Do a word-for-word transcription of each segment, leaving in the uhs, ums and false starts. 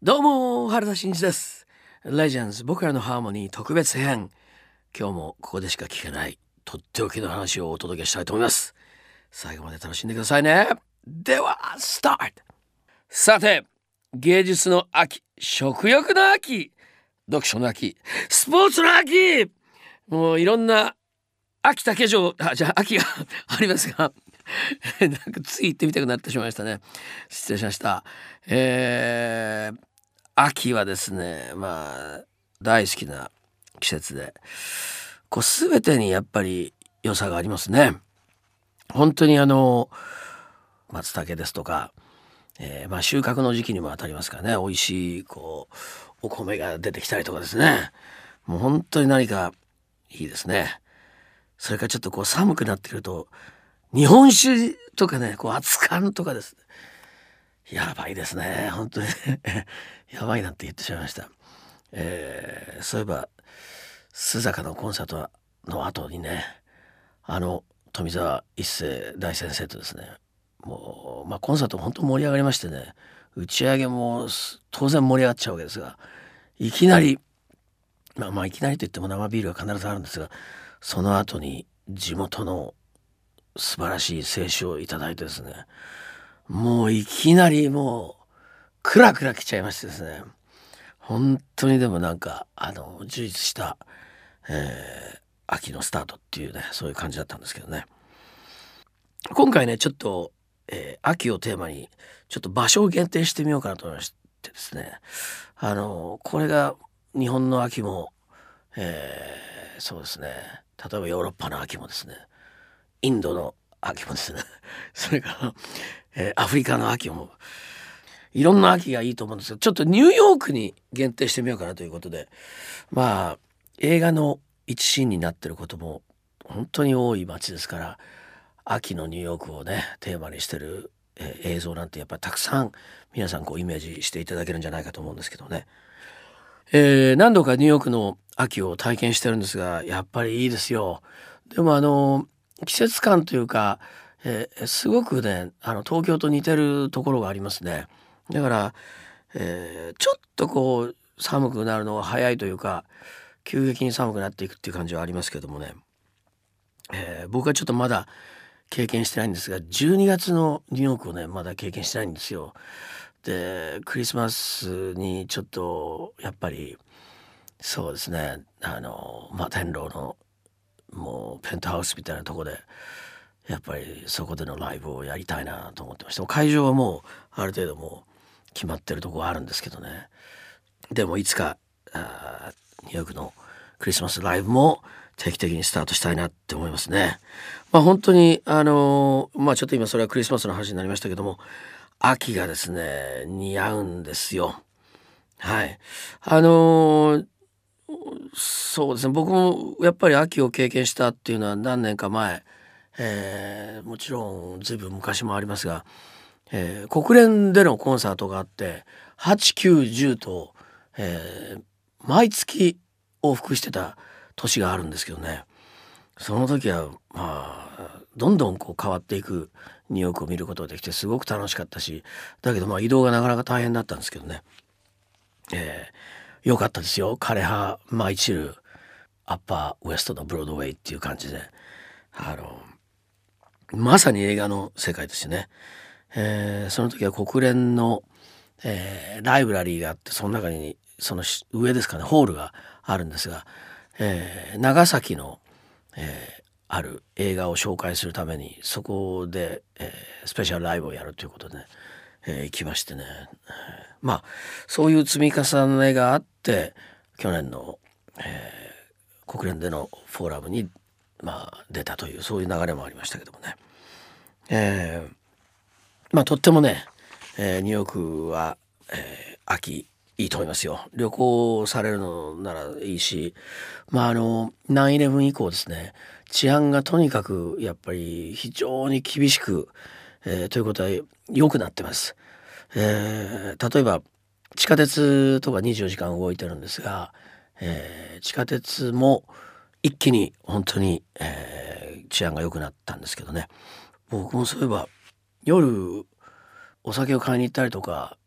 どうも原田真二です。レジェンズ僕らのハーモニー特別編、今日もここでしか聞けないとっておきの話をお届けしたいと思います。最後まで楽しんでくださいね。ではスタート。さて、芸術の秋、食欲の秋、読書の秋、スポーツの秋、もういろんな秋だけ上あじゃあ秋がありますがなんかつい言ってみたくなってしまいましたね。失礼しました。えー、秋はですね、まあ大好きな季節で、こう全てにやっぱり良さがありますね。本当にあの松茸ですとか、えーまあ、収穫の時期にも当たりますからね、美味しいこうお米が出てきたりとかですね、もう本当に何かいいですね。それからちょっとこう寒くなってくると日本酒とかね、こう熱燗とかですね、やばいですね本当にやばいなって言ってしまいました。えー、そういえば須坂のコンサートの後にね、あの富澤一世大先生とですね、もう、まあ、コンサート本当盛り上がりましてね、打ち上げも当然盛り上がっちゃうわけですが、いきなりまあまあいきなりといっても生ビールは必ずあるんですが、その後に地元の素晴らしい清酒をいただいてですね、もういきなりもうクラクラ来ちゃいましてですね、本当にでもなんかあの充実した、えー秋のスタートっていうね、そういう感じだったんですけどね。今回ねちょっと、えー秋をテーマにちょっと場所を限定してみようかなと思いましてですね、あのこれが日本の秋も、えーそうですね、例えばヨーロッパの秋もですね、インドの秋もですねそれから、えーアフリカの秋も、いろんな秋がいいと思うんですけど、ちょっとニューヨークに限定してみようかなということで、まあ映画の一シーンになってることも本当に多い街ですから、秋のニューヨークをねテーマにしてる、えー映像なんてやっぱりたくさん皆さんこうイメージしていただけるんじゃないかと思うんですけどね。えー何度かニューヨークの秋を体験してるんですが、やっぱりいいですよ。でもあの季節感というか、えーすごくね、あの東京と似てるところがありますね。だから、えーちょっとこう寒くなるのが早いというか、急激に寒くなっていくっていう感じはありますけどもね、えー僕はちょっとまだ経験してないんですが、じゅうにがつのニューヨークをねまだ経験してないんですよ。でクリスマスにちょっとやっぱりそうですね、あの摩天楼のもうペントハウスみたいなとこでやっぱりそこでのライブをやりたいなと思ってました。会場はもうある程度もう決まってるとこはあるんですけどね。でもいつかあーニューヨークのクリスマスライブも定期的にスタートしたいなって思いますね。まあ本当にあのーまあちょっと今それはクリスマスの話になりましたけども、秋がですね似合うんですよ。はい。あのーそうですね、僕もやっぱり秋を経験したっていうのは何年か前、えーもちろんずいぶん昔もありますが、えー国連でのコンサートがあって、はち、きゅう、じゅうと、えー毎月往復してた年があるんですけどね、その時はまあどんどんこう変わっていくニューヨークを見ることができてすごく楽しかったし、だけどまあ移動がなかなか大変だったんですけどね、えー、よかったですよ。枯葉舞い散るアッパーウエストのブロードウェイっていう感じで、あのまさに映画の世界ですよね。えーその時は国連の、えーライブラリーがあって、その中にそのし上ですかね、ホールがあるんですが、えー長崎の、えーある映画を紹介するためにそこで、えースペシャルライブをやるということで、ねえー行きましてね、えーまあそういう積み重ねがあって去年の、えー国連でのフォーラムに、まあ、出たというそういう流れもありましたけどもね、えーまあとってもね、えーニューヨークは、えー秋いいと思いますよ。旅行されるのならいいし、まああのナインイレブン以降ですね、治安がとにかくやっぱり非常に厳しく、えーということは良くなってます。えー例えば地下鉄とかにじゅうよじかん動いてるんですが、えー地下鉄も一気に本当に、えー治安が良くなったんですけどね。僕もそういえば夜お酒を買いに行ったりとか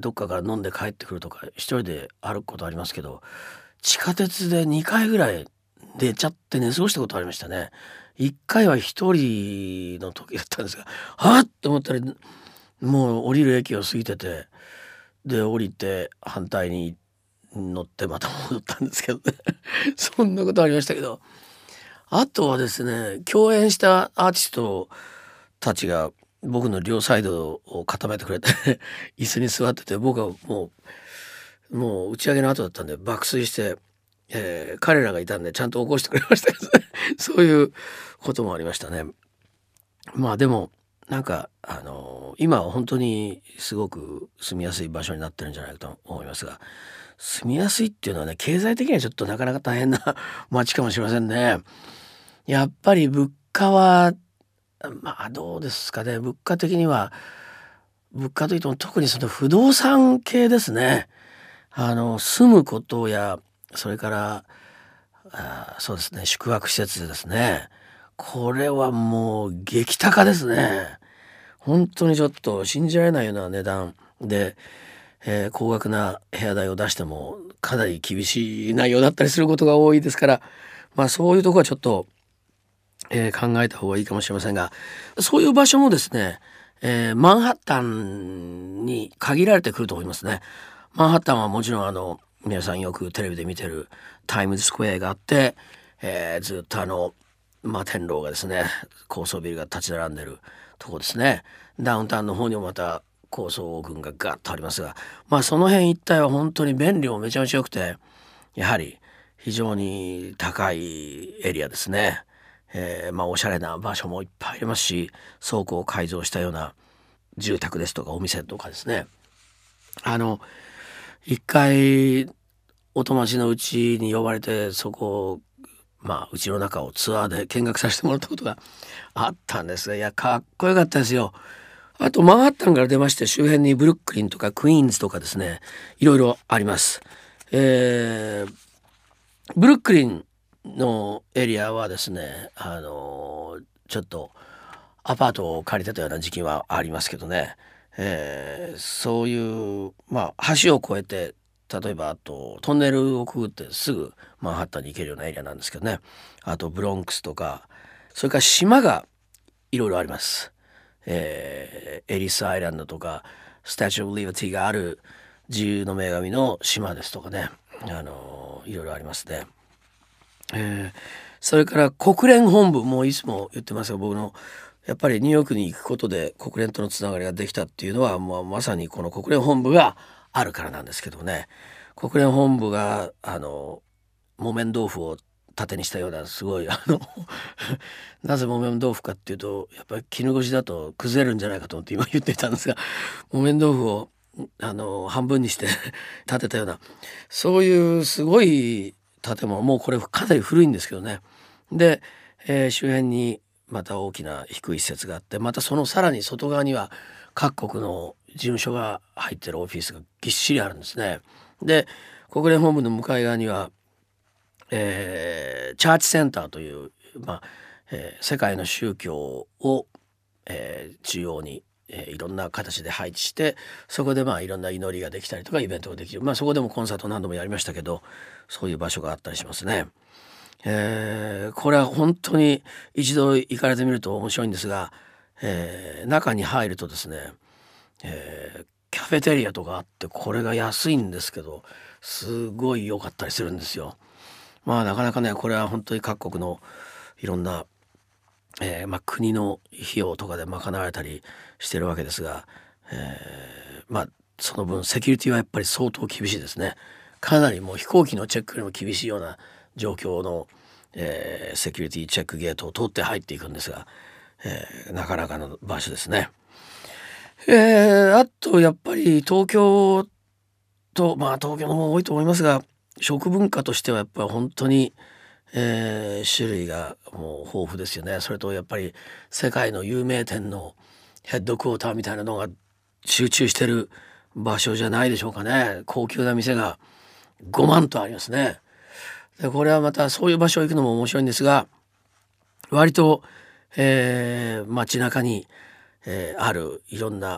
どっかから飲んで帰ってくるとか一人で歩くことありますけど、地下鉄でにかいぐらい寝ちゃって寝過ごしたことありましたね。いっかいは一人の時だったんですが、はっと思ったらもう降りる駅を過ぎてて、で降りて反対に乗ってまた戻ったんですけどねそんなことありましたけど、あとはですね、共演したアーティストたちが僕の両サイドを固めてくれて椅子に座ってて、僕はもうもう打ち上げの後だったんで爆睡して、えー彼らがいたんでちゃんと起こしてくれましたけどねそういうこともありましたね。まあでもなんかあの今は本当にすごく住みやすい場所になってるんじゃないかと思いますが、住みやすいっていうのはね、経済的にはちょっとなかなか大変な街かもしれませんね。やっぱり物価はまあどうですかね。物価的には、物価といっても特にその不動産系ですね。あの住むことや、それからあそうですね、宿泊施設ですね。これはもう激高ですね。本当にちょっと信じられないような値段で、えー高額な部屋代を出してもかなり厳しい内容だったりすることが多いですから、まあそういうところはちょっと、えー考えた方がいいかもしれませんが、そういう場所もですね、えーマンハッタンに限られてくると思いますね。マンハッタンはもちろんあの皆さんよくテレビで見てるタイムズスクエアがあって、えーずっとあの、まあ、天楼がですね、高層ビルが立ち並んでるとこですね。ダウンタウンの方にもまた高層群がガッとありますが、まあその辺一帯は本当に便利もめちゃめちゃ良くて、やはり非常に高いエリアですね。えーまあおしゃれな場所もいっぱいありますし、倉庫を改造したような住宅ですとかお店とかですね。あの一回お友達のうちに呼ばれて、そこをまあうちの中をツアーで見学させてもらったことがあったんですが、いやかっこよかったですよ。あとマンハッタンから出まして、周辺にブルックリンとかクイーンズとかですね、いろいろあります。えーブルックリンのエリアはですね、あのちょっとアパートを借りてたような時期はありますけどね、えーそういうまあ橋を越えて、例えばあとトンネルをくぐってすぐマンハッタンに行けるようなエリアなんですけどね。あとブロンクスとか、それから島がいろいろあります。えーエリスアイランドとかスタチュー・オブ・リバティがある自由の女神の島ですとかね、あのいろいろありますね。えーそれから国連本部もいつも言ってますが、僕のやっぱりニューヨークに行くことで国連とのつながりができたっていうのは、まあ、まさにこの国連本部があるからなんですけどね。国連本部があの木綿豆腐を盾にしたような、すごいあのなぜ木綿豆腐かっていうと、やっぱり絹ごしだと崩れるんじゃないかと思って今言っていたんですが、木綿豆腐をあの半分にして建てたような、そういうすごい建物、もうこれかなり古いんですけどね。で、えー周辺にまた大きな低い施設があって、またそのさらに外側には各国の事務所が入ってるオフィスがぎっしりあるんですね。で、国連本部の向かい側には、えーチャーチセンターという、まあえー世界の宗教を、えー中央に、えーいろんな形で配置して、そこでまあいろんな祈りができたりとかイベントができる、まあ、そこでもコンサート何度もやりましたけど、そういう場所があったりしますね。えーこれは本当に一度行かれてみると面白いんですが、えー中に入るとですね、えーキャフェテリアとかあって、これが安いんですけどすごい良かったりするんですよ。まあなかなかね、これは本当に各国のいろんな、えーまあ、国の費用とかで賄われたりしてるわけですが、えーまあその分セキュリティはやっぱり相当厳しいですね。かなりもう飛行機のチェックよりも厳しいような状況の、えーセキュリティチェックゲートを通って入っていくんですが、えーなかなかの場所ですね。えーあとやっぱり東京と、まあ東京の方多いと思いますが、食文化としてはやっぱり本当に、えー種類がもう豊富ですよね。それとやっぱり世界の有名店のヘッドクォーターみたいなのが集中してる場所じゃないでしょうかね。高級な店がごまんとありますね。でこれはまたそういう場所行くのも面白いんですが、割と、えー街中に、えーあるいろんな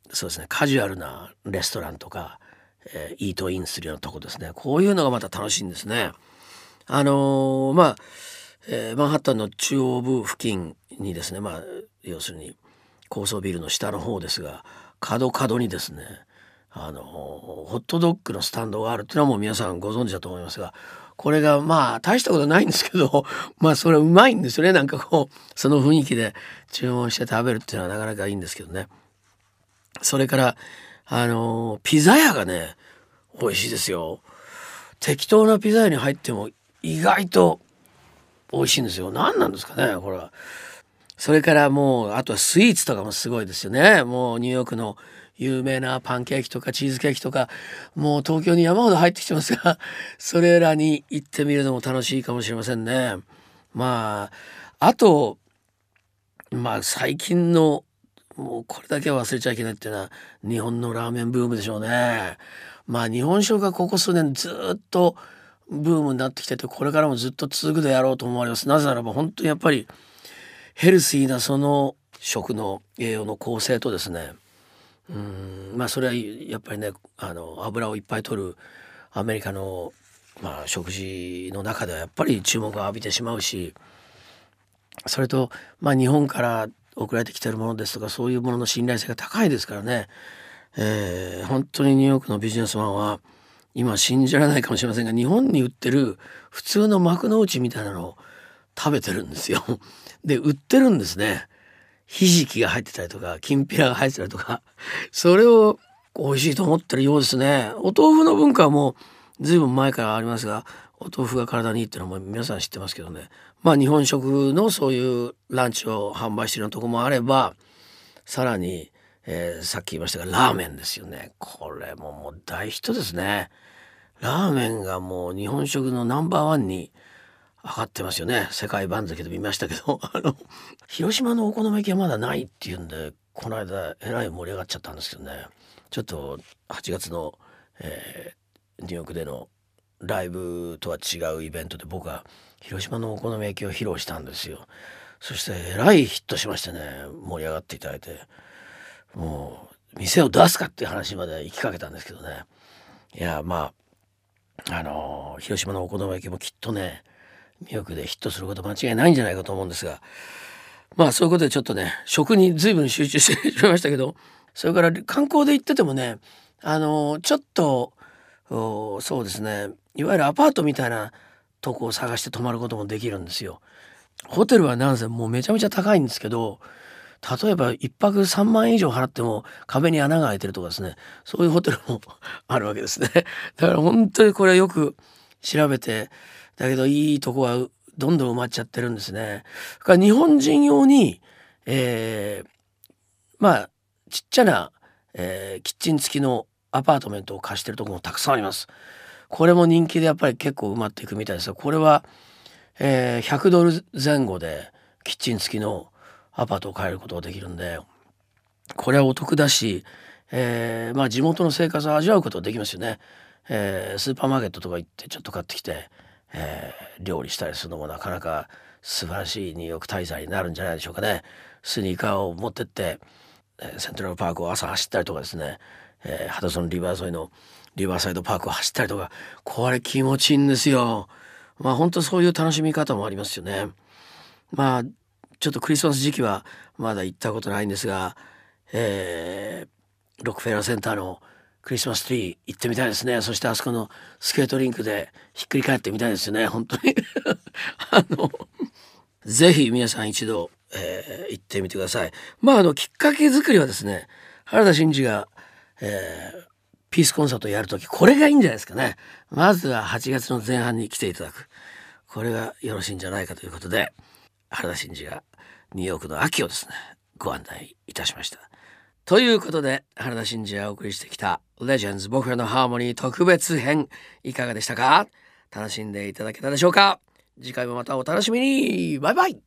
そうですね、カジュアルなレストランとか、えーイートインするようなとこですね。こういうのがまた楽しいんですね。あのーまあ、えーマンハッタンの中央部付近にですね、まあ要するに高層ビルの下の方ですが、角角にですね、あのホットドッグのスタンドがあるっていうのはもう皆さんご存知だと思いますが、これがまあ大したことないんですけどまあそれはうまいんですよね。なんかこうその雰囲気で注文して食べるっていうのはなかなかいいんですけどね。それからあのピザ屋がね美味しいですよ。適当なピザ屋に入っても意外と美味しいんですよ。何なんですかねこれは。それからもうあとはスイーツとかもすごいですよね。もうニューヨークの有名なパンケーキとかチーズケーキとか、もう東京に山ほど入ってきてますがそれらに行ってみるのも楽しいかもしれませんね。まああとまあ最近のもうこれだけは忘れちゃいけないっていうのは日本のラーメンブームでしょうね。まあ日本食がここ数年ずっとブームになってきてて、これからもずっと続くでやろうと思われます。なぜならば本当にやっぱりヘルシーなその食の栄養の構成とですね、うーんまあそれはやっぱりね、あの油をいっぱい取るアメリカの、まあ、食事の中ではやっぱり注目を浴びてしまうし、それと、まあ、日本から送られてきてるものですとかそういうものの信頼性が高いですからね、えー本当にニューヨークのビジネスマンは今信じられないかもしれませんが、日本に売ってる普通の幕の内みたいなのを食べてるんですよ。で売ってるんですね。ひじきが入ってたりとかきんぴらが入ってたりとか、それを美味しいと思ってるようですね。お豆腐の文化はもうずいぶん前からありますが、お豆腐が体にいいっていうのも皆さん知ってますけどね。まあ日本食のそういうランチを販売しているようなところもあれば、さらに、えーさっき言いましたがラーメンですよね。これももう大ヒットですね。ラーメンがもう日本食のナンバーワンに上がってますよね。世界番付で見ましたけどあの広島のお好み焼きはまだないっていうんで、この間えらい盛り上がっちゃったんですけどね。ちょっとはちがつの、えーニューヨークでのライブとは違うイベントで僕は広島のお好み焼きを披露したんですよ。そしてえらいヒットしましてね、盛り上がっていただいて、もう店を出すかっていう話まで行きかけたんですけどね。いやまああのー広島のお好み焼きもきっとねニューヨークでヒットすること間違いないんじゃないかと思うんですが、まあそういうことでちょっとね食に随分集中してしまいましたけど、それから観光で行っててもね、あのーちょっとおそうですね、いわゆるアパートみたいなとこを探して泊まることもできるんですよ。ホテルはなんせもうめちゃめちゃ高いんですけど、例えばいっぱくさんまんえん以上払っても壁に穴が開いてるとかですね、そういうホテルもあるわけですね。だから本当にこれよく調べて、だけどいいとこはどんどん埋まっちゃってるんですね。だから日本人用に、えーまあちっちゃな、えーキッチン付きのアパートメントを貸してるところもたくさんあります。これも人気でやっぱり結構埋まっていくみたいですが、これは、えーひゃくドル前後でキッチン付きのアパートを買えることができるんで、これはお得だし、えーまあ地元の生活を味わうことができますよね。えースーパーマーケットとか行ってちょっと買ってきて、えー料理したりするのもなかなか素晴らしいニューヨーク滞在になるんじゃないでしょうかね。スニーカーを持ってって、えーセントラルパークを朝走ったりとかですね、えーハドソンリバー沿いのリバーサイドパークを走ったりとか、これ気持ちいいんですよ。まあ本当そういう楽しみ方もありますよね。まあちょっとクリスマス時期はまだ行ったことないんですが、えーロックフェラーセンターのクリスマスツリー行ってみたいですね。そしてあそこのスケートリンクでひっくり返ってみたいですよね、本当にあのぜひ皆さん一度、えー行ってみてください。まああのきっかけ作りはですね、原田真二が、えーピースコンサートをやるとき、これがいいんじゃないですかね。まずははちがつの前半に来ていただく、これがよろしいんじゃないかということで、原田真二がニューヨークの秋をですねご案内いたしました。ということで原田真二がお送りしてきたレジェンズ僕らのハーモニー特別編、いかがでしたか？楽しんでいただけたでしょうか？次回もまたお楽しみに。バイバイ。